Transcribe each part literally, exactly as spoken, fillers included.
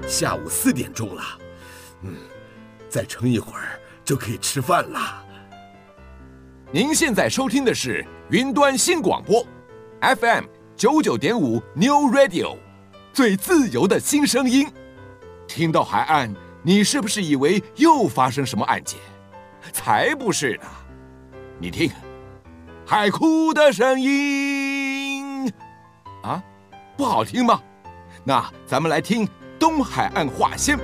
下午四点钟了，嗯，再撑一会儿就可以吃饭了。 您现在收听的是云端新广播 F M 九九点五 New Radio， 最自由的新声音。听到海岸，你是不是以为又发生什么案件？才不是呢！你听，海哭的声音啊，不好听吗？那咱们来听东海岸话先。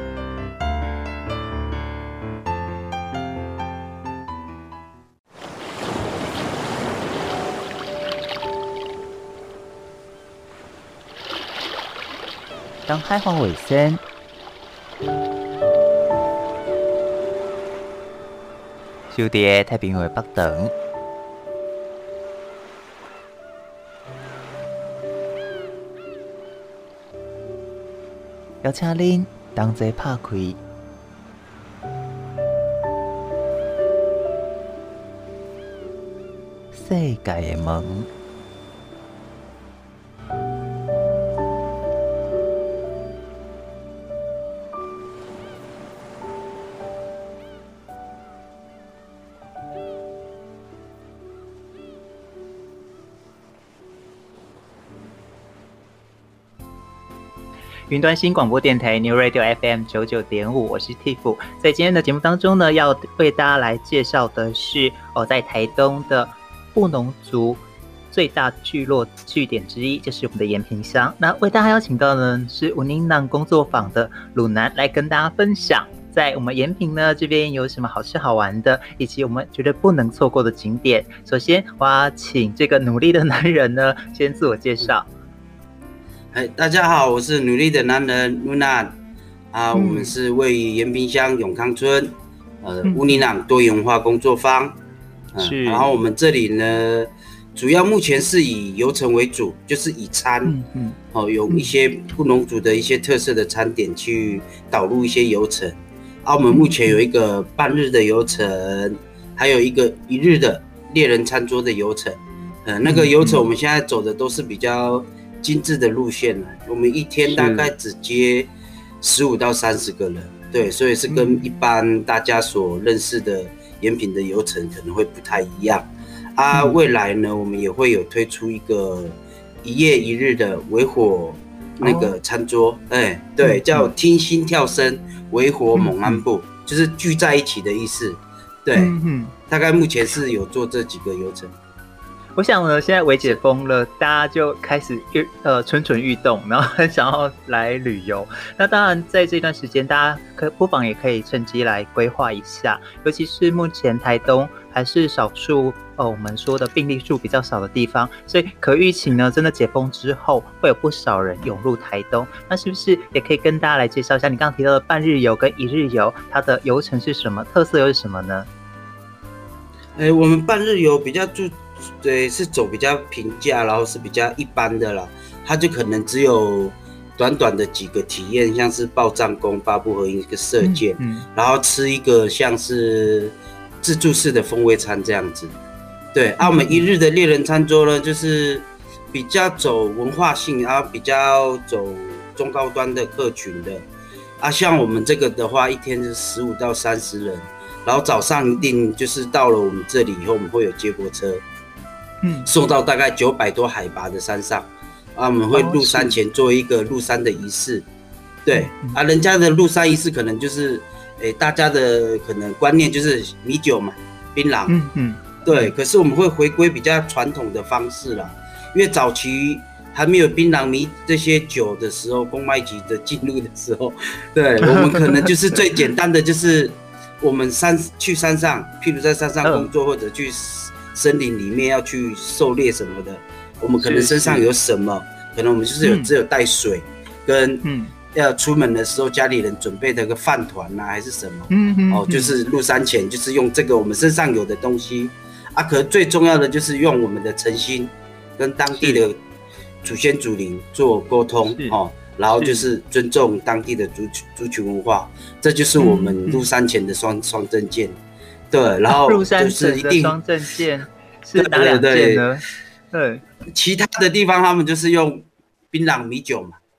当海防卫生，小弟太平洋的北长，邀请恁同齐拍开世界的门。云端新广播电台 New Radio F M 九九点五，我是 Tiff。在今天的节目当中呢，要为大家来介绍的是哦，在台东的布农族最大聚落据点之一，就是我们的延平乡。那为大家邀请到呢是吴宁浪工作坊的鲁南来跟大家分享，在我们延平呢这边有什么好吃好玩的，以及我们绝对不能错过的景点。首先，我要请这个努力的男人呢先自我介绍。 哎，大家好，我是努力的男人乌娜啊，我们是位于延平乡永康村呃乌尼朗多元文化工作坊，呃、是。然后我们这里呢，主要目前是以游程为主，就是以餐，嗯嗯，哦，有一些布农族的一些特色的餐点去导入一些游程。啊，我们目前有一个半日的游程，还有一个一日的猎人餐桌的游程。呃，那个游程我们现在走的都是比较精致的路线了，我们一天大概只接十五到三十个人，对，所以是跟一般大家所认识的延平的游程可能会不太一样啊。未来呢，我们也会有推出一个一夜一日的微火那个餐桌，哎、哦，对，叫听心跳声微火猛安步，嗯、就是聚在一起的意思，对，嗯、大概目前是有做这几个游程。 我想呢，现在微解封了，大家就开始呃蠢蠢欲动，然后很想要来旅游。那当然，在这段时间，大家可不妨也可以趁机来规划一下，尤其是目前台东还是少数呃我们说的病例数比较少的地方，所以可预期呢，真的解封之后，会有不少人涌入台东。那是不是也可以跟大家来介绍一下你刚刚提到的半日游跟一日游，它的游程是什么，特色又是什么呢？ 欸、我们半日游比较注对，是走比较平价，然后是比较一般的啦。它就可能只有短短的几个体验，像是报帐功、八部合一一个射箭、嗯嗯，然后吃一个像是自助式的风味餐这样子。对，啊，我们一日的猎人餐桌呢，就是比较走文化性，然后比较走中高端的客群的。啊，像我们这个的话，一天是十五到三十人，然后早上一定就是到了我们这里以后，我们会有接驳车。嗯，送到大概九百多海拔的山上，啊，我们会入山前做一个入山的仪式，哦、对、嗯，啊，人家的入山仪式可能就是，诶，大家的可能观念就是米酒嘛，槟榔，嗯嗯，对，可是我们会回归比较传统的方式啦，因为早期还没有槟榔米这些酒的时候，公卖局的进入的时候，对我们可能就是最简单的就是我们山去山上，譬如在山上工作、嗯、或者去森林里面要去狩猎什么的，我们可能身上有什么，可能我们就是有、嗯、只有带水，跟要出门的时候家里人准备的个饭团啊，还是什么，嗯嗯哦，就是入山前就是用这个我们身上有的东西啊，可最重要的就是用我们的诚心跟当地的祖先祖灵做沟通哦，然后就是尊重当地的族族群文化，这就是我们入山前的双双证件。对，然后入山前的双证件是哪两件呢？对， 其他的地方他们就是用槟榔米酒嘛，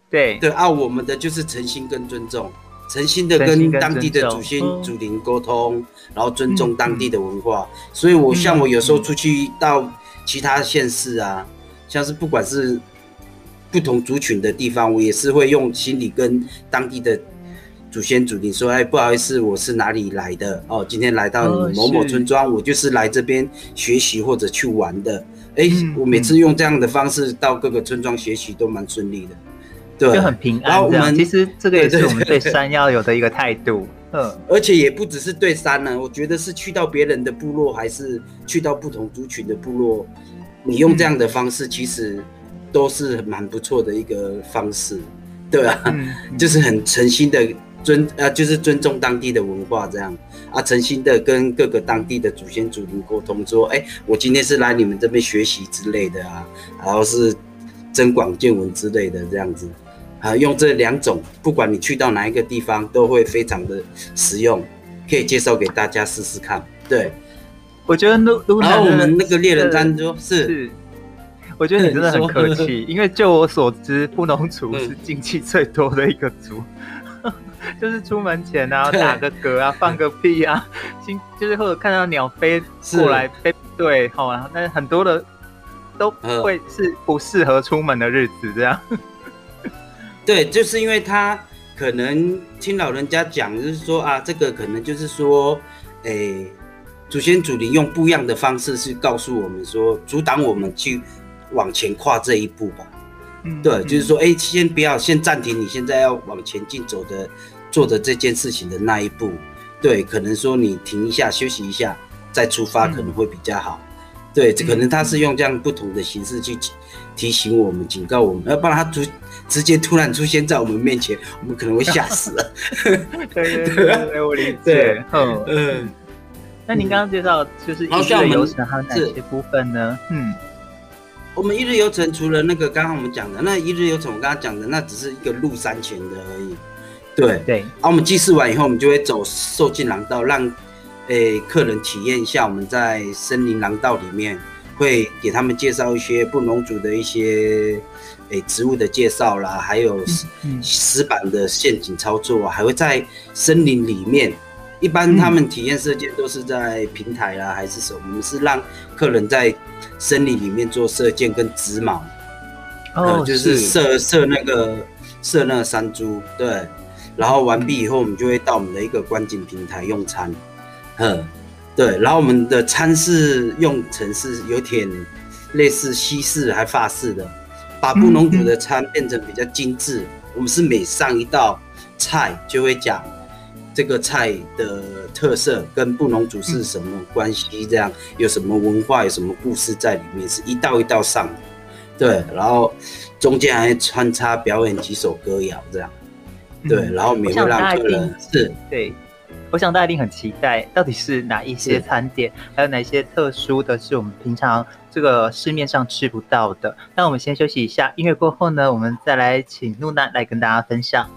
对对啊，我们的就是诚心跟尊重，诚心的跟当地的祖先祖灵沟通，然后尊重当地的文化。嗯、所以我像我有时候出去到其他县市啊，嗯、像是不管是不同族群的地方，我也是会用心理跟当地的祖先祖灵说，哎，不好意思，我是哪里来的哦？今天来到你某某村庄，哦、我就是来这边学习或者去玩的。哎、嗯，我每次用这样的方式到各个村庄学习都蛮顺利的，对， 就很平安。然后我们其实这个也是我们对山要有的一个态度。嗯， 而且也不只是对山呢、啊，我觉得是去到别人的部落，还是去到不同族群的部落，你用这样的方式，其实都是蛮不错的一个方式，对啊，嗯、就是很诚心的。尊呃，就是尊重当地的文化，这样啊，诚心的跟各个当地的祖先祖灵沟通，说，哎、欸，我今天是来你们这边学习之类的啊，然后是增广见闻之类的这样子，啊，用这两种，不管你去到哪一个地方，都会非常的实用，可以介绍给大家试试看。对， 我觉得露露然后我们那个猎人餐桌是。 是我觉得你真的很客气，因为就我所知，布农族是禁忌最多的一个族。就是出门前啊，打个嗝啊，放个屁啊，就是或者看到鸟飞过来飞，对，好，然后但是很多的都会是不适合出门的日子，这样。 对，就是因为他可能听老人家讲，就是说啊，这个可能就是说，诶，祖先祖灵用不一样的方式去告诉我们说，阻挡我们去往前跨这一步吧。嗯、对，就是说，哎，先不要，先暂停你现在要往前进走的做的这件事情的那一步。对，可能说你停一下，休息一下，再出发可能会比较好。嗯、对，可能他是用这样不同的形式去提醒我们、警告我们，要不然他突直接突然出现在我们面前，我们可能会吓死了。 对对对对，我理解。嗯嗯。那您刚刚介绍就是一日游程还有哪些部分呢？嗯。 我们一日游程除了那个刚刚我们讲的那一日游程，我刚刚讲的那只是一个入山前的而已。对对。 啊，我们祭祀完以后，我们就会走受尽廊道，让诶客人体验一下我们在森林廊道里面会给他们介绍一些布农族的一些诶植物的介绍啦，还有石板的陷阱操作啊，还会在森林里面。一般他们体验射箭都是在平台啦，还是什么？我们是让客人在森林里面做射箭跟植毛，哦、呃，就是射射那个射那个山猪，对。然后完毕以后，我们就会到我们的一个观景平台用餐，嗯，对。然后我们的餐是用成是有点类似西式还法式的，把布农族的餐变成比较精致。我们是每上一道菜就会讲。这个菜的特色跟布农族是什么关系？这样有什么文化、有什么故事在里面？是一道一道上的，对。然后中间还穿插表演几首歌谣，这样，对。嗯、然后我们也会让客人是， 对。我想大家一定很期待，到底是哪一些餐点，还有哪些特殊的是我们平常这个市面上吃不到的。那我们先休息一下，音乐过后呢，我们再来请露娜来跟大家分享。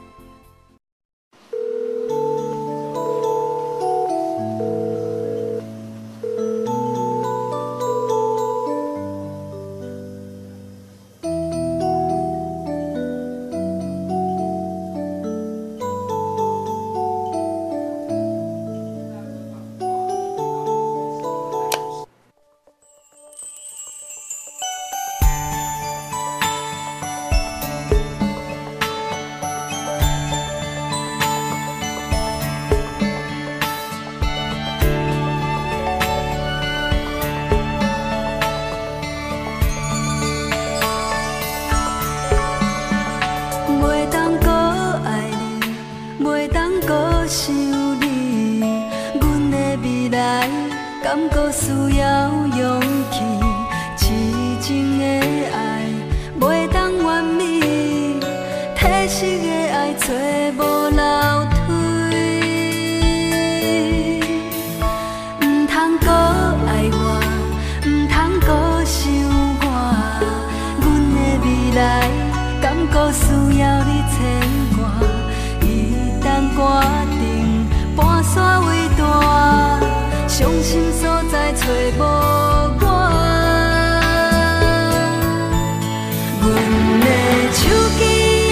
感觉需要勇气，痴情的爱袂当完美，体实的爱找无楼梯。唔通搁爱我，唔通搁想我，阮的未来感觉需要你牵挂，一旦决定搬山为大。伤心所在找无我，阮的手机。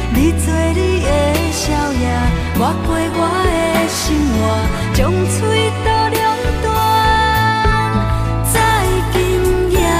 你做你的笑颜，我过我的生活，将嘴都两端，再今夜。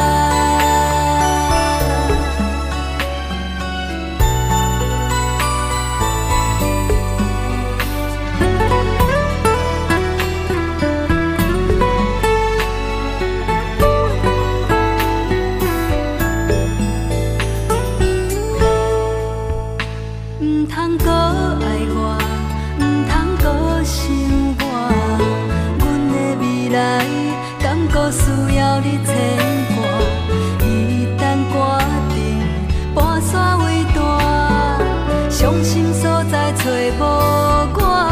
唔通搁爱我，唔通搁想我，阮的未来敢搁需要你牵挂？一旦决定跋山为大，伤心所在找无我。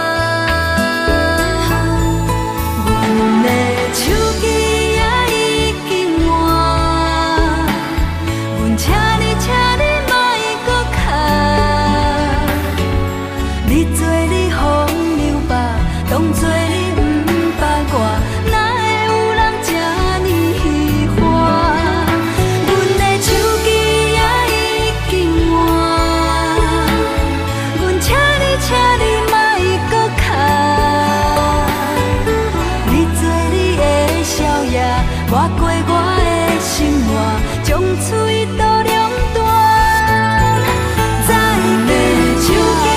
阮的手机也已经换，阮请你，请你莫搁卡。你做你风流吧，当作你不捌我，哪会有人这呢喜欢？阮的手机也已经换，阮请你，请你莫搁卡。你做你的笑颜，我过我的生活，将嘴都两端，再见手机。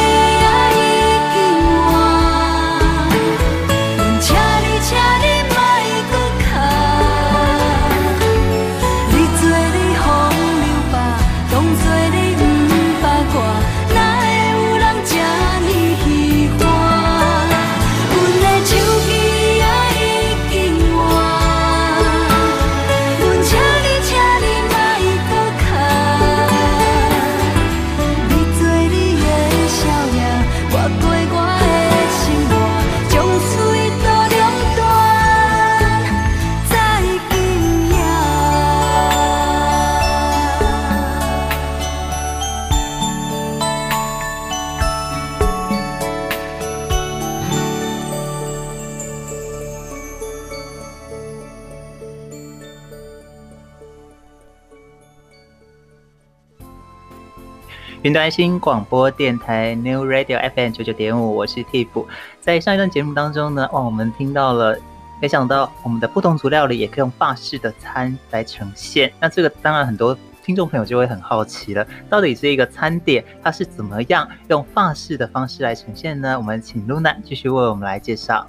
云端新广播电台 New Radio F M 九九点五，我是 Tiff。在上一段节目当中呢，哇，我们听到了，没想到我们的不同族料理也可以用法式的餐来呈现。那这个当然很多听众朋友就会很好奇了，到底这一个餐点它是怎么样用法式的方式来呈现呢？我们请 Luna 继续为我们来介绍。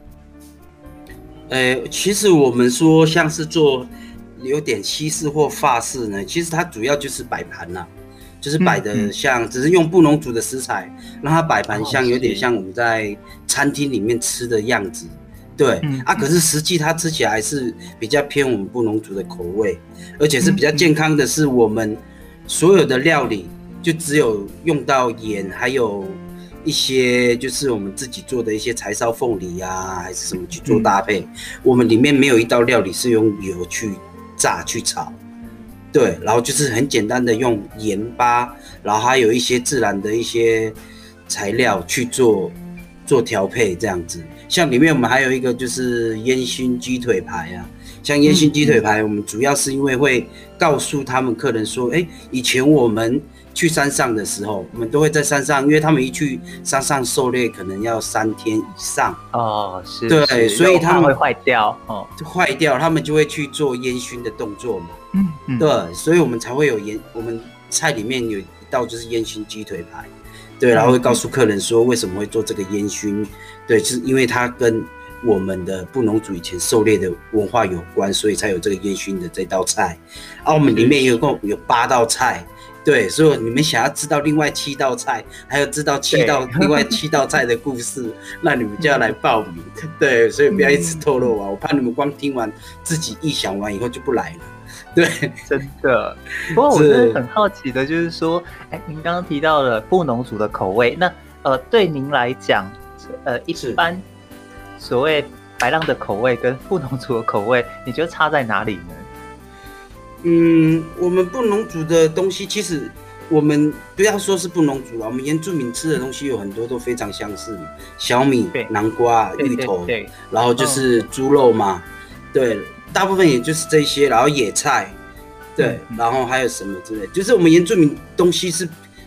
呃，其实我们说像是做有点西式或法式呢，其实它主要就是摆盘啦。就是摆的像，嗯嗯、只是用布农族的食材，让它摆盘像有点像我们在餐厅里面吃的样子，对、嗯、啊。可是实际它吃起来是比较偏我们布农族的口味，而且是比较健康的。是我们所有的料理就只有用到盐，还有一些就是我们自己做的一些柴烧凤梨啊，还是什么去做搭配。嗯、我们里面没有一道料理是用油去炸去炒。对，然后就是很简单的用盐巴，然后还有一些自然的一些材料去做做调配这样子。像里面我们还有一个就是烟熏鸡腿排啊，像烟熏鸡腿排，我们主要是因为会告诉他们客人说，哎，以前我们去山上的时候，我们都会在山上，因为他们一去山上狩猎可能要三天以上哦，是， 对，所以他们会坏掉哦， 就坏掉，他们就会去做烟熏的动作嘛。 嗯嗯， 对，所以我们才会有烟，我们菜里面有一道就是烟熏鸡腿排，对，然后会告诉客人说为什么会做这个烟熏，对，就是因为它跟我们的布农族以前狩猎的文化有关，所以才有这个烟熏的这道菜。啊，我们里面有共有八道菜，对，所以你们想要知道另外七道菜，还有知道七道另外七道菜的故事，那你们就要来报名，对，所以不要一直透露啊，我怕你们光听完自己臆想完以后就不来了。对， 真的。不过我是很好奇的，就是说，哎，您刚刚提到了布农族的口味，那呃，对您来讲，呃，一般所谓白浪的口味跟布农族的口味，你觉得差在哪里呢？ 嗯，我们布农族的东西，其实我们不要说是布农族了，我们原住民吃的东西有很多都非常相似，小米、南瓜、芋头，对对对，然后就是猪肉嘛，嗯、对。大部分也就是这些，然后野菜，对，嗯、然后还有什么之类，就是我们原住民东西是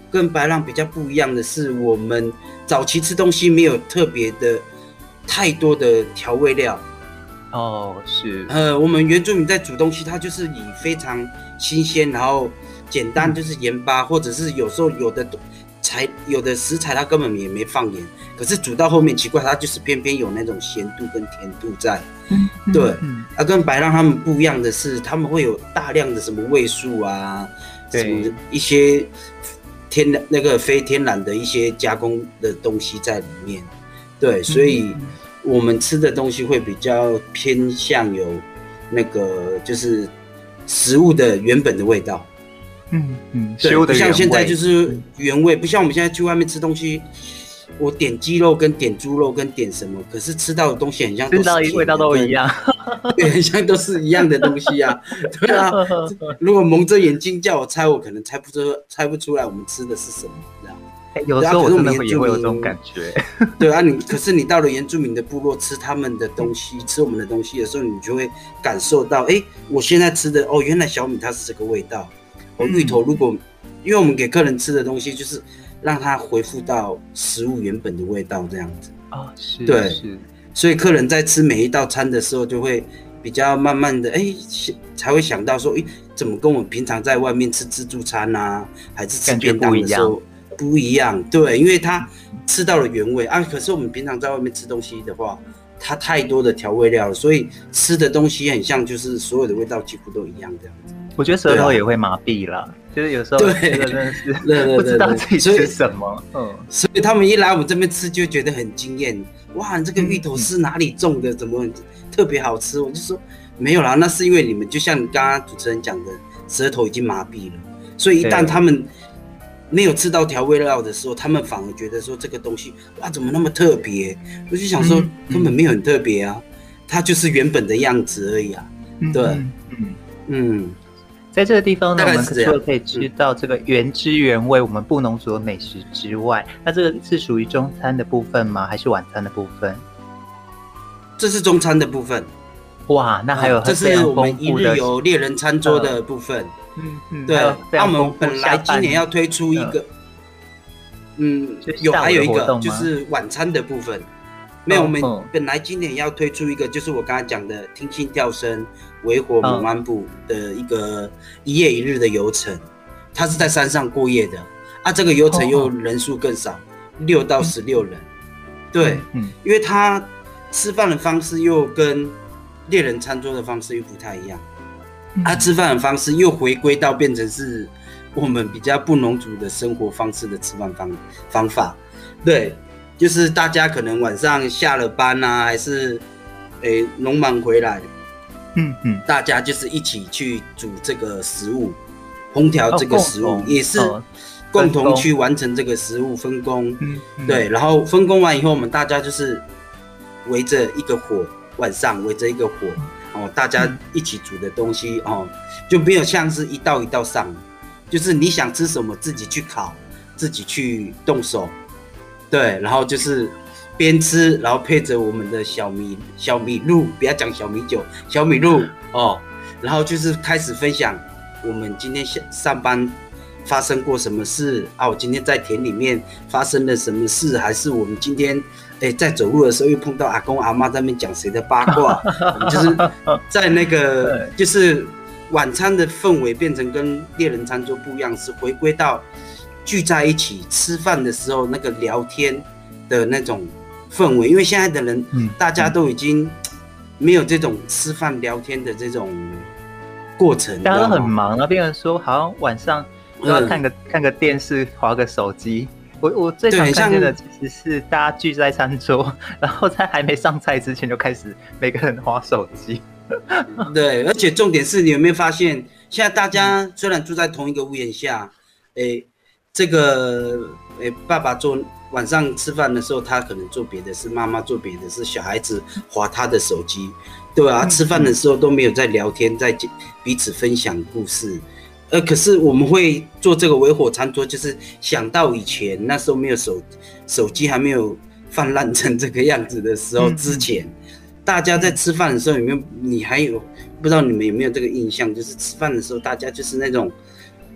跟白浪比较不一样的是，我们早期吃东西没有特别的太多的调味料。 哦，是。 呃，我们原住民在煮东西，它就是以非常新鲜，然后简单，就是盐巴，嗯、或者是有时候有的材有的食材它根本也没放盐，可是煮到后面奇怪，它就是偏偏有那种咸度跟甜度在。嗯、对，嗯、啊，跟白浪他们不一样的是，他们会有大量的什么味素啊，什么一些天然那个非天然的一些加工的东西在里面。对，所以我们吃的东西会比较偏向有那个就是食物的原本的味道。嗯嗯，对，不像现在就是原味，不像我们现在去外面吃东西，我点鸡肉跟点猪肉跟点什么，可是吃到的东西很像都是甜的， 吃到味道都一样， 对，很像都是一样的东西啊。对啊，如果蒙着眼睛叫我猜，我可能猜不出猜不出来我们吃的是什么，这样。 欸、有时候我真的也会有这种感觉。 对啊，你可是你到了原住民的部落吃他们的东西，吃我们的东西的时候，你就会感受到，哎、欸，我现在吃的哦，原来小米它是这个味道。哦，芋头如果，因为我们给客人吃的东西就是让它恢复到食物原本的味道这样子。 啊，是， 对， 是。 所以客人在吃每一道餐的时候，就会比较慢慢的，哎、欸，才会想到说，哎、欸，怎么跟我们平常在外面吃自助餐啊，还是吃便当的时候不一样？对，因为他吃到了原味啊。可是我们平常在外面吃东西的话，它太多的调味料了，所以吃的东西很像，就是所有的味道几乎都一样这样子。 我觉得舌头也会麻痹啦，啊、就是有时候吃的真的是不知道自己吃什么。嗯， 所以他们一来我们这边吃就觉得很惊艳，哇，你这个芋头是哪里种的？怎么特别好吃？我就说没有啦，那是因为你们就像你刚刚主持人讲的，舌头已经麻痹了，所以一旦他们没有吃到调味料的时候，他们反而觉得说这个东西哇怎么那么特别？我就想说、嗯、根本没有很特别啊，它就是原本的样子而已啊。对，嗯 嗯, 嗯。 在这个地方呢，我们除了可以吃到这个原汁原味我们布农族的美食之外，那这个是属于中餐的部分吗？还是晚餐的部分？ 这是中餐的部分。 哇，那还有很非常丰富的、 嗯、这是我们一日游猎人餐桌的部分。嗯嗯，对。那我们本来今年要推出一个，嗯，有还有一个就是晚餐的部分。没有，我们本来今年要推出一个，就是我刚才讲的听心跳声维火蒙安布的一个一夜一日的游程，它是在山上过夜的啊。这个游程又人数更少，六到十六人。对，因为它吃饭的方式又跟猎人餐桌的方式又不太一样，啊，吃饭的方式又回归到变成是我们比较布农族的生活方式的吃饭方方法，对。就是大家可能晚上下了班啊，还是诶农忙回来，嗯嗯，大家就是一起去煮这个食物，烹调这个食物，哦、也是共同去完成这个食物分工，嗯，对，然后分工完以后，我们大家就是围着一个火，晚上围着一个火，哦，大家一起煮的东西哦，就没有像是一道一道上，就是你想吃什么自己去烤，自己去动手。对，然后就是边吃，然后配着我们的小米小米露，不要讲小米酒，小米露哦，然后就是开始分享我们今天上班发生过什么事啊，我今天在田里面发生了什么事，还是我们今天哎在走路的时候又碰到阿公阿嬷在那边讲谁的八卦，我们就是在那个就是晚餐的氛围变成跟猎人餐桌不一样，是回归到聚在一起吃饭的时候那个聊天的那种氛围，因为现在的人、嗯、大家都已经没有这种吃饭聊天的这种过程， 大家都很忙啊，变成说好像晚上都要看个、嗯、看个电视，滑个手机。我我最常看见的其实是大家聚在餐桌，然后在还没上菜之前就开始每个人滑手机。 对，而且重点是你有没有发现，现在大家虽然住在同一个屋檐下，诶。这个诶，爸爸做晚上吃饭的时候，他可能做别的事，妈妈做别的事，小孩子滑他的手机，对啊，吃饭的时候都没有在聊天，在彼此分享故事。呃，可是我们会做这个微火餐桌，就是想到以前那时候没有手手机还没有泛滥成这个样子的时候之前，大家在吃饭的时候有没有？你还有不知道你们有没有这个印象？就是吃饭的时候，大家就是那种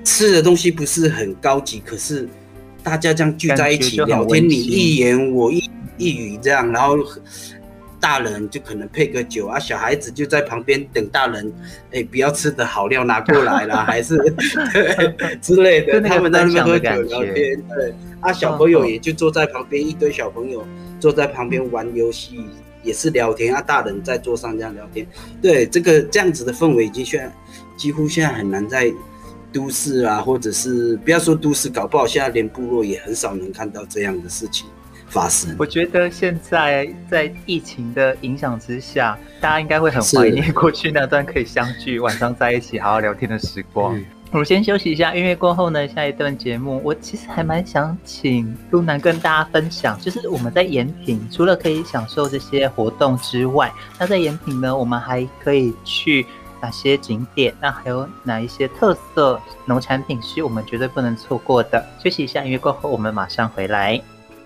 吃的东西不是很高级，可是大家这样聚在一起聊天，你一言我一一语这样，然后大人就可能配个酒啊，小孩子就在旁边等大人，哎，不要吃的好料拿过来啦，还是之类的，他们在那边喝酒聊天，对，啊，小朋友也就坐在旁边，一堆小朋友坐在旁边玩游戏，也是聊天啊，大人在桌上这样聊天，对，这个这样子的氛围已经现在几乎现在很难在都市啊，或者是不要说都市，搞不好现在连部落也很少能看到这样的事情发生。 我觉得现在在疫情的影响之下，大家应该会很怀念过去那段可以相聚、晚上在一起好好聊天的时光。嗯，我们先休息一下，音乐过后呢，下一段节目我其实还蛮想请露南跟大家分享，就是我们在延平除了可以享受这些活动之外，那在延平呢，我们还可以去哪些景点？那还有哪一些特色农产品是我们绝对不能错过的？休息一下，音乐过后我们马上回来。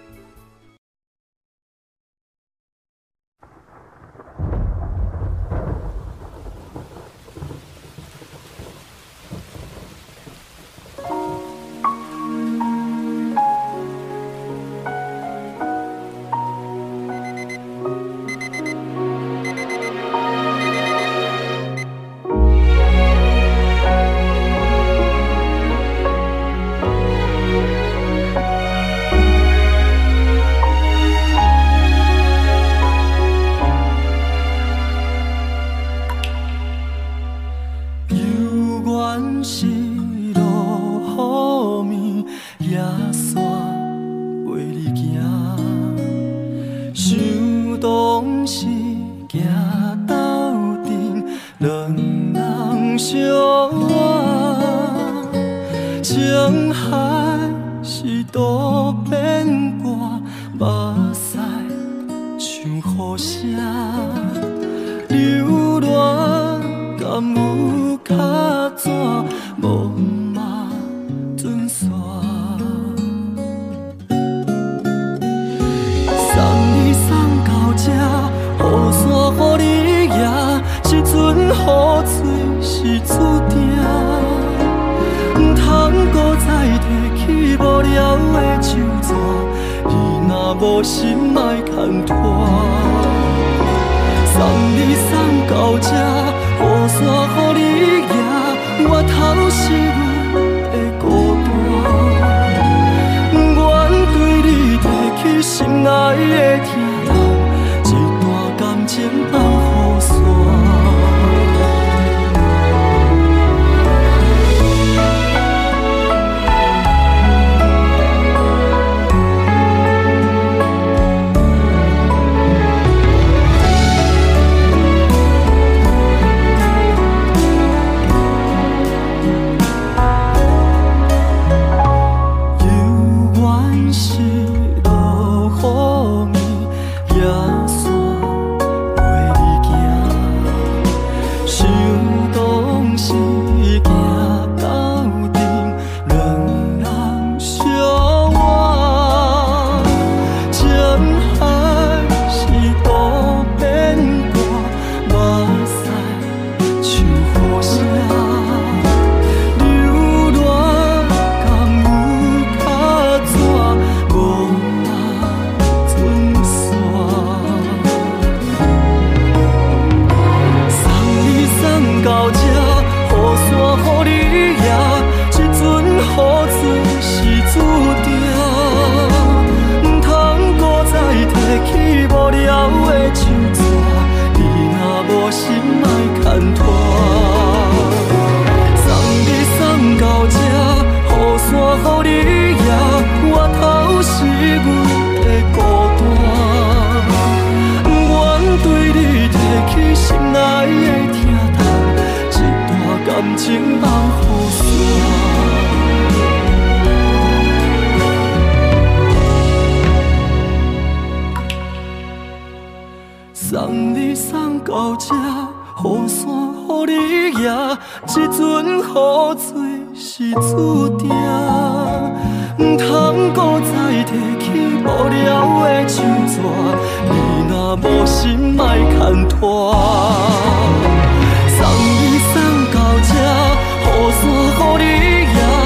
送你送到这，雨伞予你拿，这阵雨水是注定，唔通搁再提起无聊的手纸，你若无心莫牵拖。送你送到这，雨伞予你拿。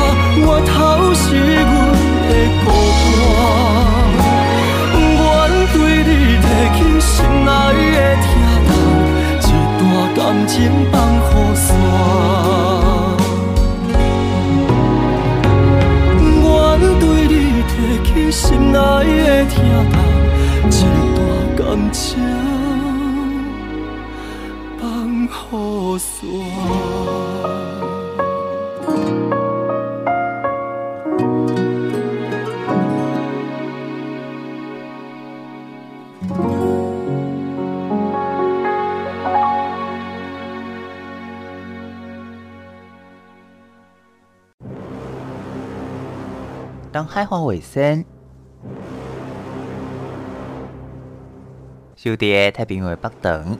情放雨伞。愿对你提起心内的疼痛，一段感情放雨伞。 当海岸卫生，收伫太平洋的北端，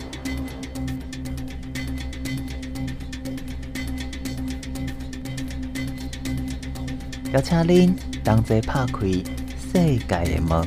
邀请恁同齐拍开世界的门。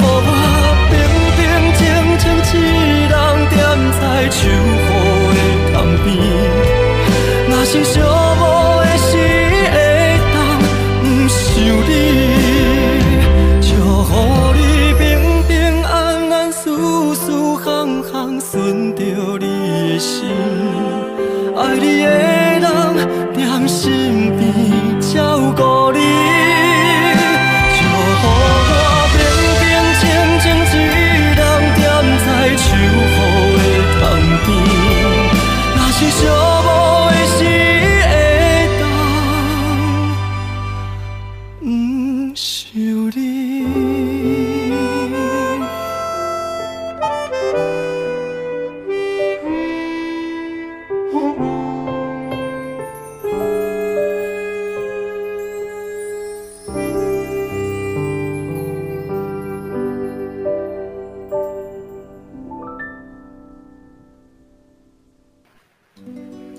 手雨的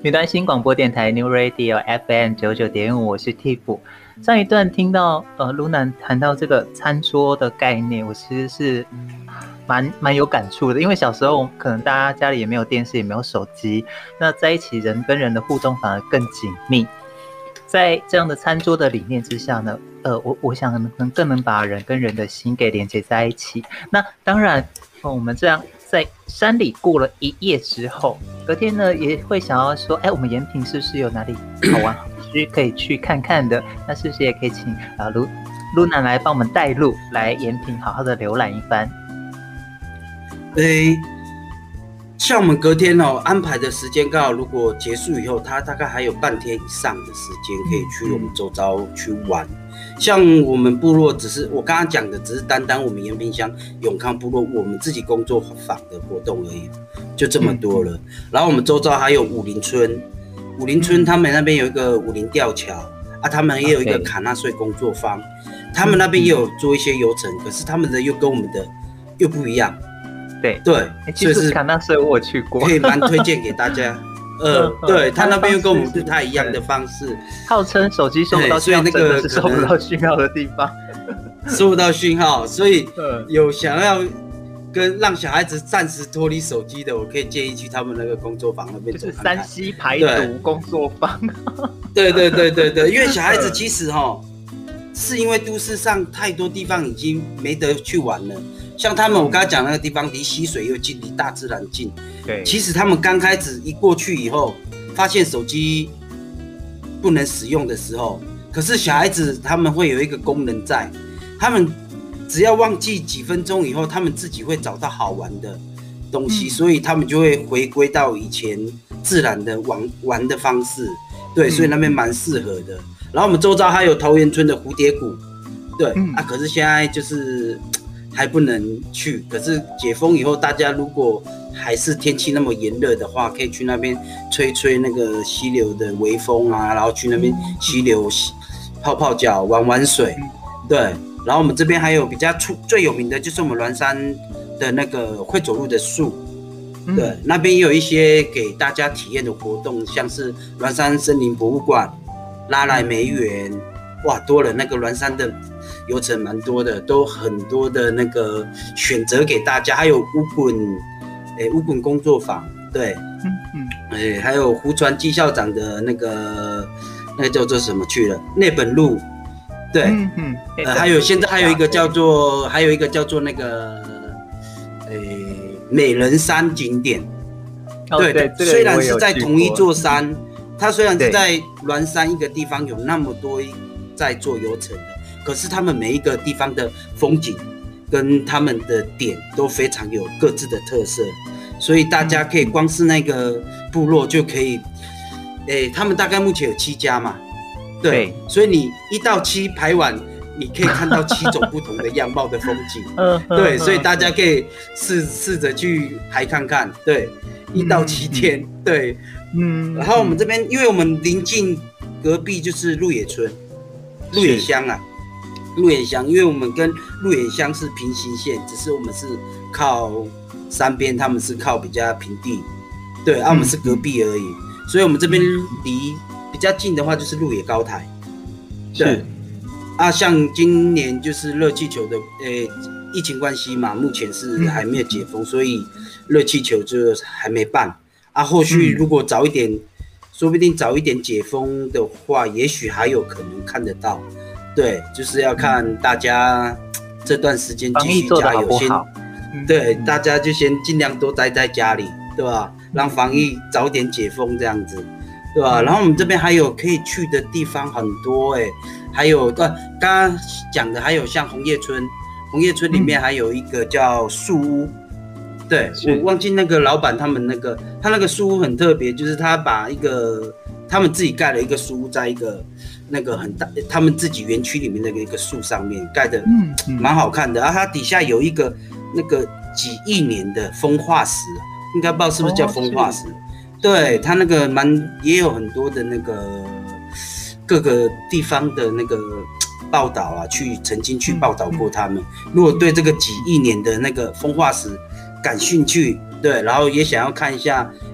云端新广播电台 New Radio F M 九九点五，我是 Tiff。上一段听到呃 Luna 谈到这个餐桌的概念，我其实是蛮蛮有感触的，因为小时候可能大家家里也没有电视，也没有手机，那在一起人跟人的互动反而更紧密。在这样的餐桌的理念之下呢，呃，我我想可能更能把人跟人的心给连接在一起。那当然，呃、我们这样在山里过了一夜之后，隔天呢也会想要说，哎，我们延平是不是有哪里好玩好吃可以去看看的？那是不是也可以请啊卢 Luna 来帮我们带路，来延平好好的浏览一番？ 诶、欸，像我们隔天哦安排的时间，刚好如果结束以后，他大概还有半天以上的时间可以去我们周遭去玩。像我们部落只是我刚刚讲的，只是单单我们延平乡永康部落我们自己工作坊的活动而已，就这么多了。然后我们周遭还有武林村，武林村他们那边有一个武林吊桥啊，他们也有一个卡纳税工作坊，他们那边也有做一些游程，可是他们的又跟我们的又不一样。 对对， 欸、其实卡纳税我去过， 可以蛮推荐给大家。呃，对他那边又跟我们不太一样的方式， 号称手机收不到讯号，真的是收不到讯号的地方， 收不到讯号，所以有想要跟让小孩子暂时脱离手机的，我可以建议去他们那个工作坊那边走看看。 就是山西排毒工作坊。 对对对对对，因为小孩子其实哈，是因为都市上太多地方已经没得去玩了。像他们，我刚才讲那个地方离溪水又近，离大自然近。对，其实他们刚开始一过去以后，发现手机不能使用的时候，可是小孩子他们会有一个功能在，他们只要忘记几分钟以后，他们自己会找到好玩的东西，嗯、所以他们就会回归到以前自然的玩玩的方式。对，所以那边蛮适合的。然后我们周遭还有桃园村的蝴蝶谷，对、嗯、啊，可是现在就是还不能去。可是解封以后，大家如果还是天气那么炎热的话，可以去那边吹吹那个溪流的微风啊，然后去那边溪流泡泡脚、玩玩水。对，然后我们这边还有比较出最有名的就是我们鸾山的那个会走路的树。对，那边也有一些给大家体验的活动，像是鸾山森林博物馆、拉来梅园，哇，多了那个鸾山的游程蛮多的，都很多的那个选择给大家，还有乌滚，诶，乌滚工作坊，对，嗯嗯，诶，还有胡传季校长的那个那个叫做什么去了内本路，对，嗯嗯，呃，还有现在还有一个叫做还有一个叫做那个，诶。美人山景点， 哦、对，对， 虽然是在同一座山，它虽然是在鸾山一个地方有那么多在做游程的，可是他们每一个地方的风景跟他们的点都非常有各自的特色，所以大家可以光是那个部落就可以，诶，他们大概目前有七家嘛，对，对所以你一到七排完。你可以看到七种不同的样貌的风景，对，所以大家可以试试着去排看看，对，一到七天，对，嗯，然后我们这边，因为我们临近隔壁就是鹿野村，鹿野乡啊，鹿野乡，因为我们跟鹿野乡是平行线，只是我们是靠山边，他们是靠比较平地，对，啊，我们是隔壁而已，所以我们这边离比较近的话就是鹿野高台，对。啊，像今年就是热气球的，诶，疫情关系嘛，目前是还没有解封，嗯、所以热气球就还没办。啊，后续如果早一点，嗯、说不定早一点解封的话，也许还有可能看得到。对，就是要看大家这段时间继续加油，先，对，大家就先尽量多待在家里，对吧？让防疫早点解封这样子。对吧？然后我们这边还有可以去的地方很多哎、欸，还有呃，刚刚讲的还有像红叶村，红叶村里面还有一个叫树屋，嗯、对我忘记那个老板他们那个他那个树屋很特别，就是他把一个他们自己盖了一个树屋在一个那个很大他们自己园区里面的一个树上面盖的，嗯，蛮好看的。然后它底下有一个那个几亿年的风化石，应该不知道是不是叫风化石。哦对他那个蛮也有很多的那个各个地方的那个报道啊，去曾经去报道过他们。如果对这个几亿年的那个风化石感兴趣，对，然后也想要看一下，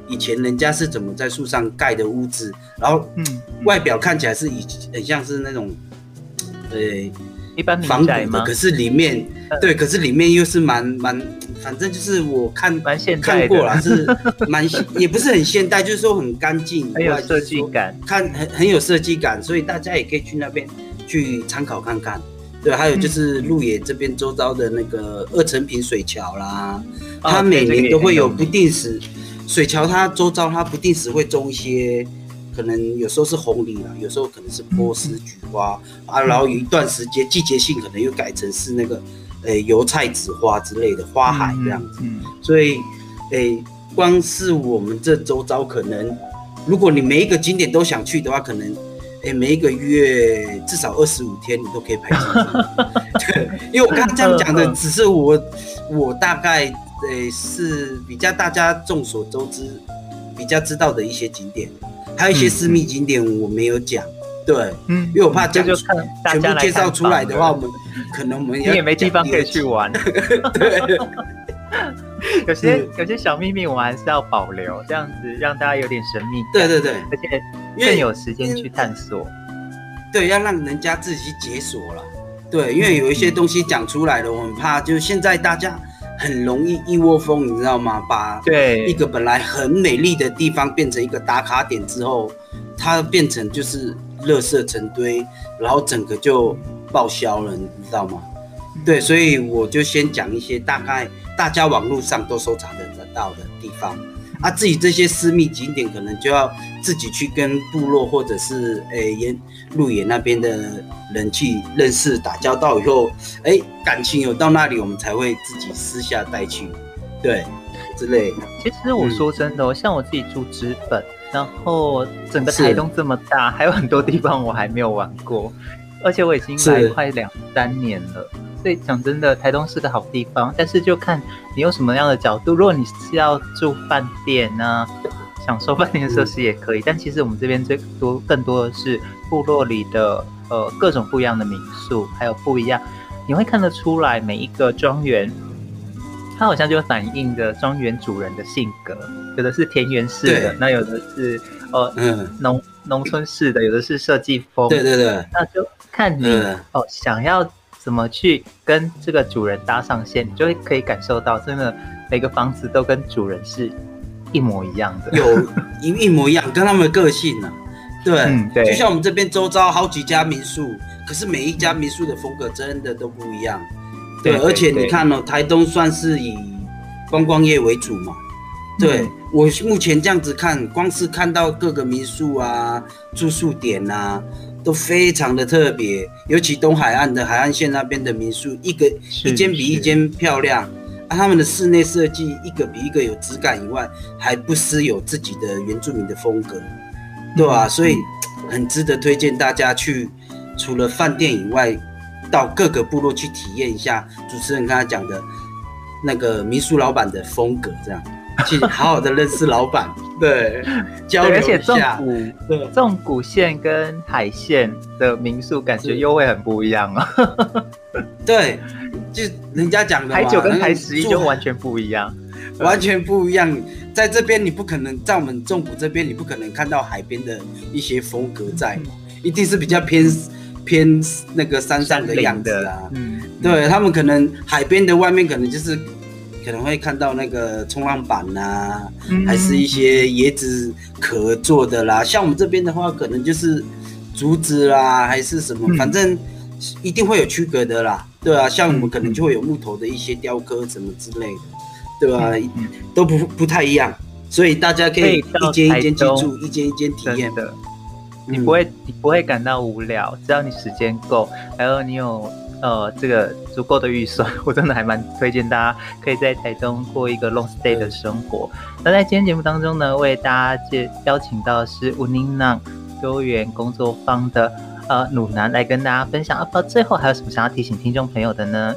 以前人家是怎么在树上盖的屋子，然后外表看起来是以很像是那种，呃， 一般民仿宅吗？ 古的，可是里面、嗯、对，可是里面又是蛮蛮，反正就是我看蛮现代看过啦，是蛮也不是很现代，就是说很干净， 很有设计感， 看很很有设计感，所以大家也可以去那边去参考看看。对，还有就是鹿野这边周遭的那个二层坪水桥啦，嗯、它每年都会有不定时。水桥它周遭它不定时会种一些，可能有时候是红藜啦，有时候可能是波斯菊花、嗯、啊，然后有一段时间季节性可能又改成是那个，呃，油菜籽花之类的花海这样子。嗯嗯、所以，诶，光是我们这周遭可能，如果你每一个景点都想去的话，可能，诶，每一个月至少二十五天你都可以排进去。对，因为我刚刚这样讲的只是我，我大概。对，是比较大家众所周知、比较知道的一些景点，还有一些私密景点我没有讲。对，嗯，因为我怕讲全部介绍出来的话，我们可能我们你也没地方可以去玩。对，有些有些小秘密我们还是要保留，这样子让大家有点神秘感。 对对对， 而且更有时间去探索。 对，要让人家自己去解锁了。对，因为有一些东西讲出来了，我很怕，就是现在大家。很容易一窝蜂，你知道吗？把一个本来很美丽的地方变成一个打卡点之后，它变成就是垃圾成堆，然后整个就报销了，你知道吗？对，所以我就先讲一些大概大家网络上都搜查得到的地方啊，自己这些私密景点可能就要自己去跟部落或者是诶鹿野那边的人去认识打交道以后，哎，感情有到那里，我们才会自己私下带去，对，之类的。 其实我说真的、哦嗯，像我自己住知本，然后整个台东这么大，还有很多地方我还没有玩过，而且我已经来快两三年了。所以讲真的，台东是个好地方，但是就看你有什么样的角度。如果你是要住饭店啊，享受饭店设施也可以，但其实我们这边最多更多的是部落里的呃各种不一样的民宿，还有不一样，你会看得出来每一个庄园，它好像就反映着庄园主人的性格，有的是田园式的，那有的是呃嗯农农村式的，有的是设计风， 对对对， 那就看你、嗯、哦想要怎么去跟这个主人搭上线，你就会可以感受到，真的每个房子都跟主人是一模一样的， 有一一模一样，跟他们的个性啊，对、嗯、对，就像我们这边周遭好几家民宿，可是每一家民宿的风格真的都不一样，对，对对对，而且你看哦，台东算是以观光业为主嘛，对、嗯、我目前这样子看，光是看到各个民宿啊、住宿点啊。都非常的特别，尤其东海岸的海岸线那边的民宿，一个一间比一间漂亮啊，他们的室内设计一个比一个有质感以外，还不失有自己的原住民的风格，对吧、啊？所以很值得推荐大家去，除了饭店以外，到各个部落去体验一下主持人刚才讲的那个民宿老板的风格，这样。去好好的认识老板，对，交流一下。而且纵谷，纵谷线跟海线的民宿感觉又会很不一样啊。 对，就人家讲的嘛， 海九跟海十一就完全不一样， 完全不一样。在这边你不可能，在我们纵谷这边你不可能看到海边的一些风格在，一定是比较偏偏那个山上的样子啊。嗯，对他们可能海边的外面可能就是。可能会看到那个冲浪板啊、嗯，还是一些椰子壳做的啦。像我们这边的话，可能就是竹子啦，还是什么，嗯、反正一定会有区隔的啦。对啊，像我们可能就会有木头的一些雕刻什么之类的，对吧、啊嗯？都不不太一样，所以大家可以一间一间去住，一间一间体验的。你不会，你不会感到无聊，只要你时间够，还有你有。呃，这个足够的预算，我真的还蛮推荐大家可以在台东过一个 long stay 的生活。那在今天节目当中呢，为大家介邀请到的是乌宁浪多元工作坊的呃鲁南来跟大家分享。啊，最后还有什么想要提醒听众朋友的呢？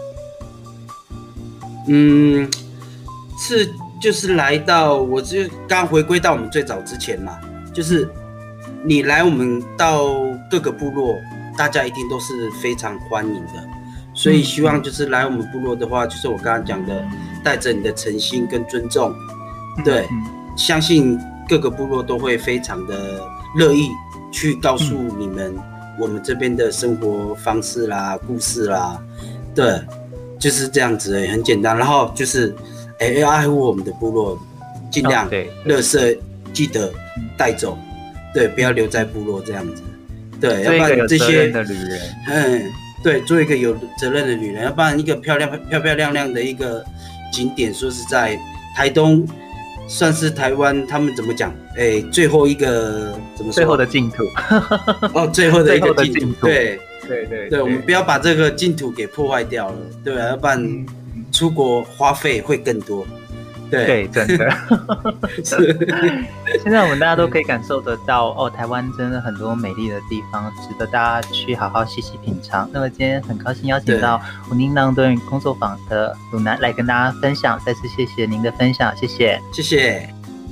嗯，是就是来到，我就刚回归到我们最早之前嘛，就是你来我们到各个部落。大家一定都是非常欢迎的，所以希望就是来我们部落的话，就是我刚刚讲的，带着你的诚心跟尊重，对， 相信各个部落都会非常的乐意去告诉你们我们这边的生活方式啦、故事啦，对，就是这样子而已，很简单。然后就是，哎、欸，要爱护我们的部落，尽量垃圾记得带走，对，不要留在部落这样子，对，要不然这些的旅人， 嗯，对，做一个有责任的旅人，要不然一个漂亮漂漂亮亮的一个景点，说实在，台东算是台湾他们怎么讲？哎、欸，最后一个怎么说？ 最后的净土。 哦，最后的一个净土，对对对对，我们不要把这个净土给破坏掉了，对吧？要不然出国花费会更多。对对，真的。现在我们大家都可以感受得到，哦，台湾真的很多美丽的地方，值得大家去好好细细品尝。那么今天很高兴邀请到虎宁浪顿工作坊的鲁南来跟大家分享，再次谢谢您的分享，谢谢， 谢谢。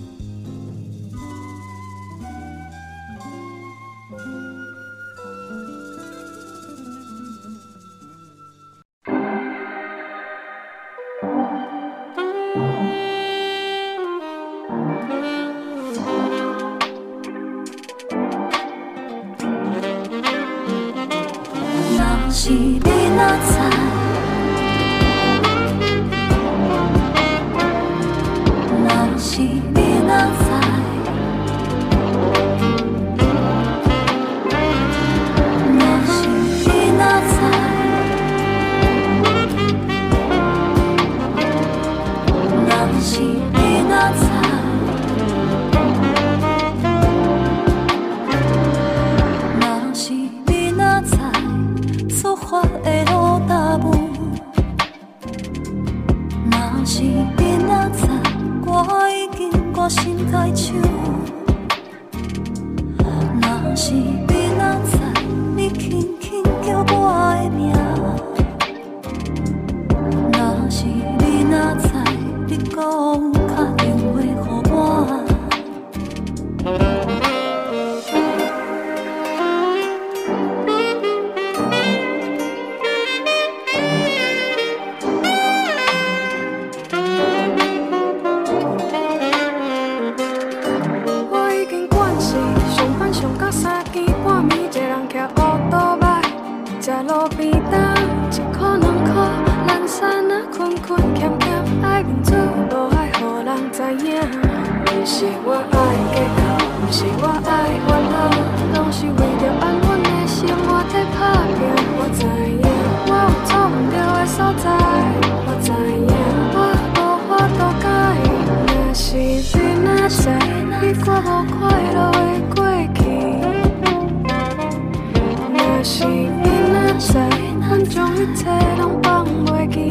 是你若知，若是你若知，若是你若知，若是你若知，若是你若知。出发的路踏步，若是你若知，我已经决心开手。若是你若知，你轻轻叫我的名。若是你若知，你讲打电话给我。 食路边摊，一箍两箍，咱山啊困困欠欠，爱面子，无爱予人知影。不是我爱计较，不是我爱烦恼，拢是为着安稳的生活在打拼。我知影，我有错唔对的所在，我知影，我无法度改。若是你若知，你过无快乐的过去。若是你若知，咱将一切拢放袂记。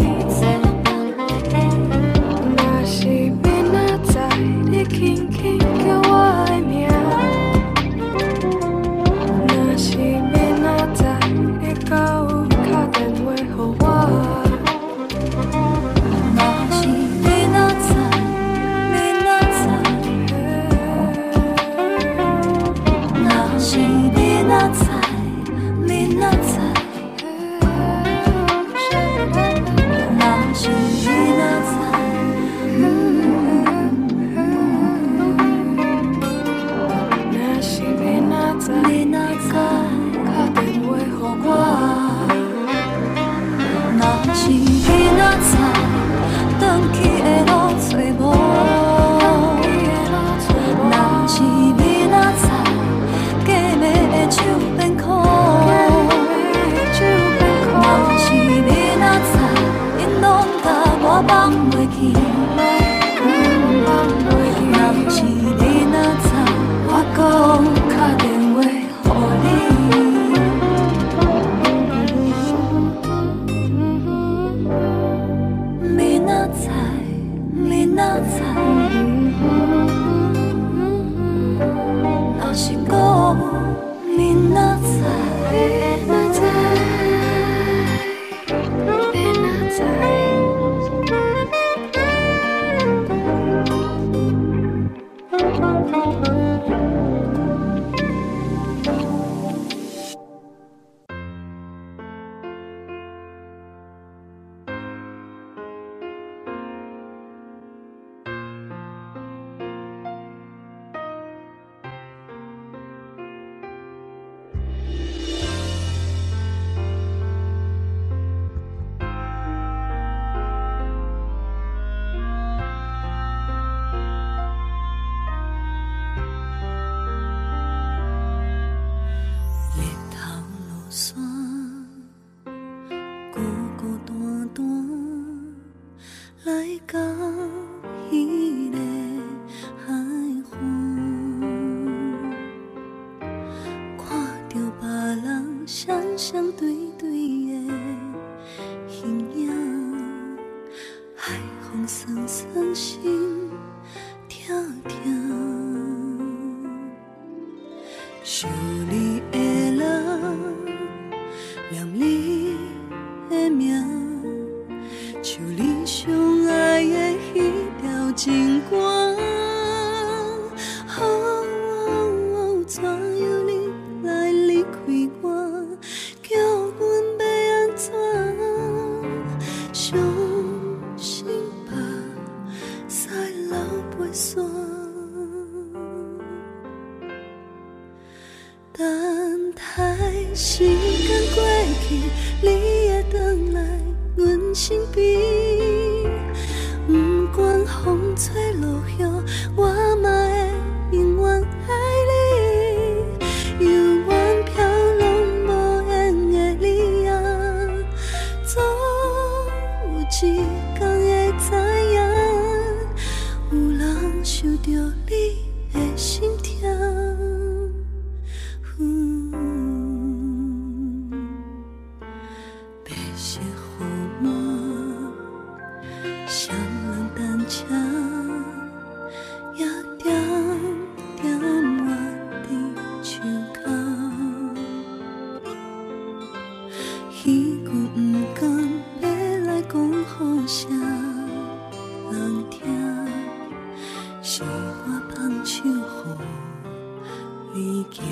若是你若知，你轻轻叫我的名。若是你若知，你敢有打电话给我？ 若是你若知，你若知，若是你若知。你若知，若是你若知， 若是你若知， 你若知， 打电话给我。 若是你若知，转去的路找无。若是你若知，假寐的手变。 双双对对的形影，海风酸酸心跳跳，想你的人，念你的名，像你上爱的彼条情歌。怎样你来离开我？叫阮要安怎？伤心吧，驶老陪山。等待时间过去，你会回来阮身边。不管风吹落雨，我嘛会永远爱你。犹原飘浪无缘的你啊，总有一天会知影，有人想着你的心跳。白色雨幕，双人单车，也点点我伫树口。彼句不讲，要来讲予啥人听？是我放手予你行。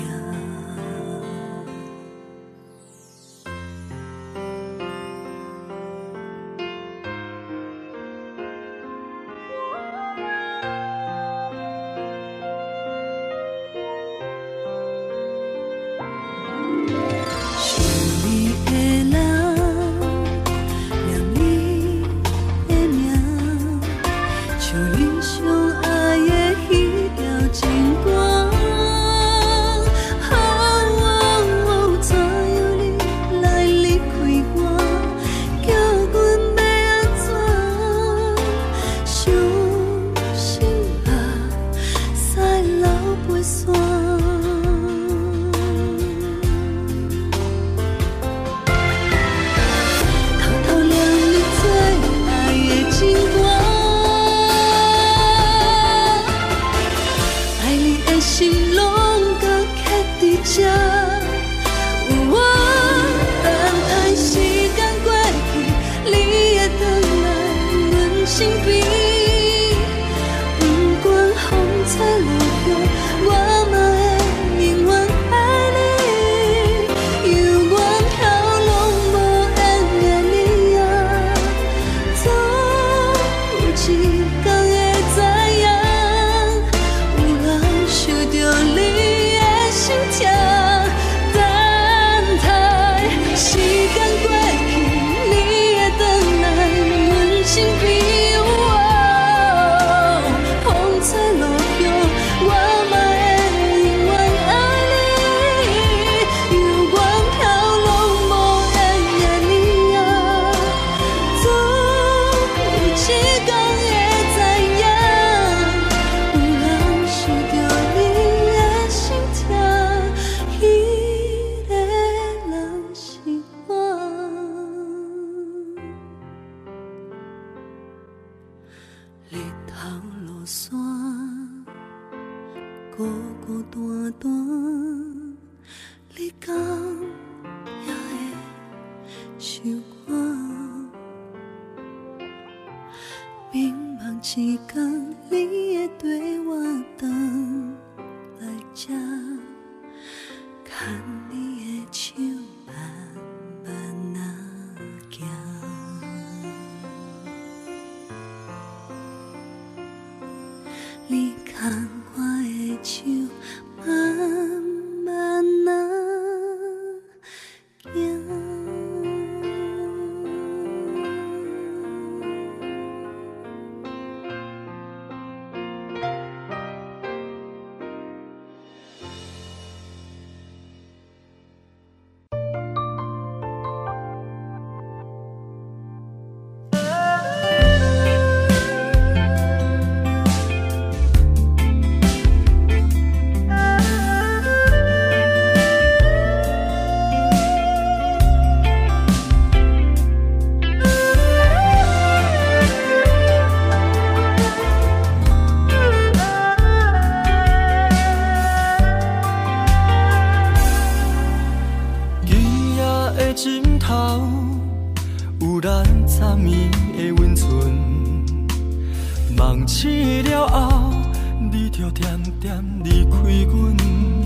记忆的枕头有咱昨暝的温存，梦醒了后，你就点点离开阮，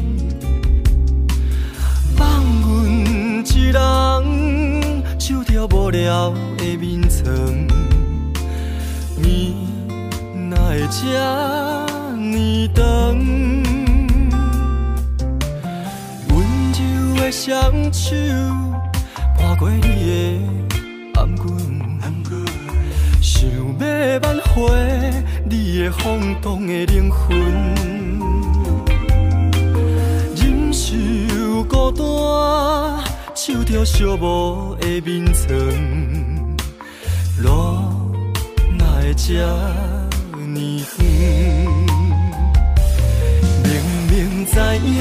放阮一人守着无聊的眠床，暝哪会这呢长？温柔的双手伴过你的颔棍，想要挽回你的放荡的灵魂，忍受孤单，守着寂寞的眠床，路哪会这呢远？明明知影，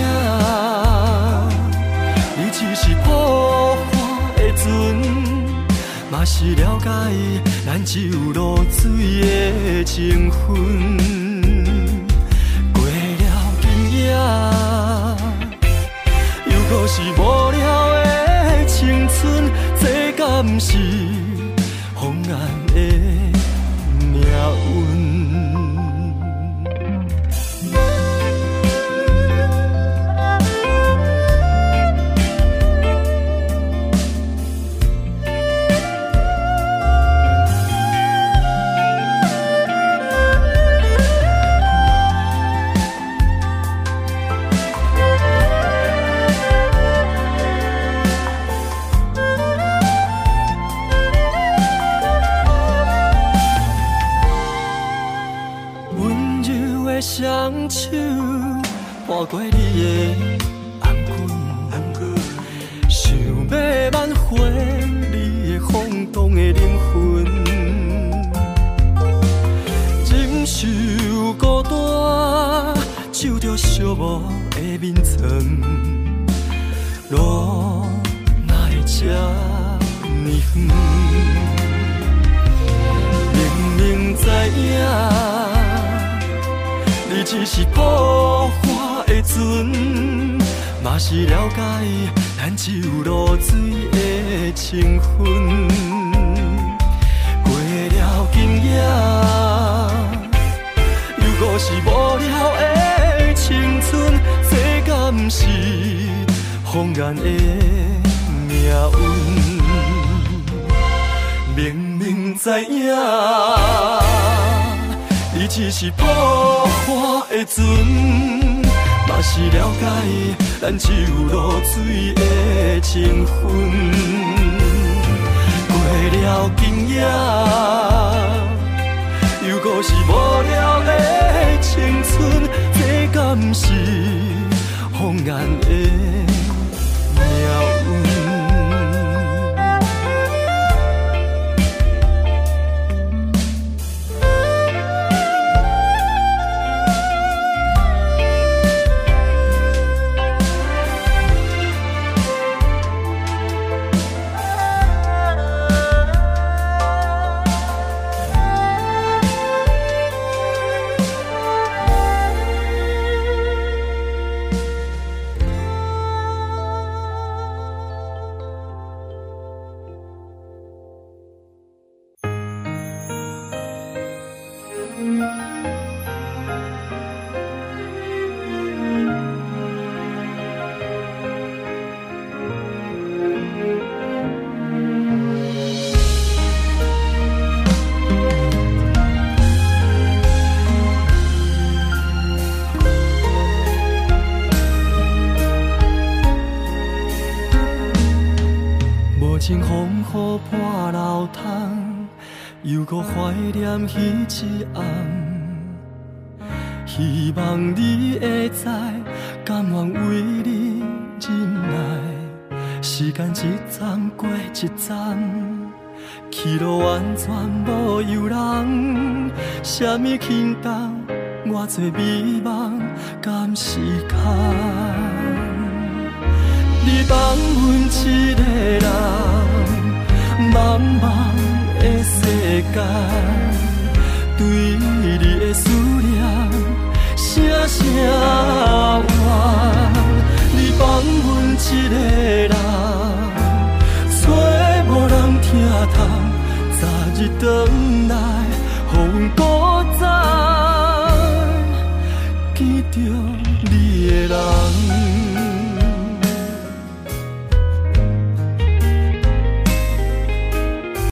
你只是破花的船。嘛是了解，咱只有落水的情分。过了今夜，又搁是无聊的青春，这敢是风眼的命运？双手伴过你的颔棍，想要挽回你的放荡的灵魂，忍受孤单，守着寂寞的眠床，路哪会这呢远？明明知影。你只是破花的船，嘛是了解，咱只有落水的情分。过了今夜，又搁是无聊的青春，这敢是风眼的命运？明明知影。你只是破花的船，嘛是了解，咱只有落水的情分。过了今夜，又搁是无聊的青春，这敢是风眼的命运？清风雨破楼窗，又搁怀念彼一暗。希望你会知，甘愿为你忍耐。时间一站过一站，去路完全无由人。什么轻重，偌多美梦甘时间。你放阮一个人，茫茫的世间，对你的思念，声声怨。你放阮一个人。 转来。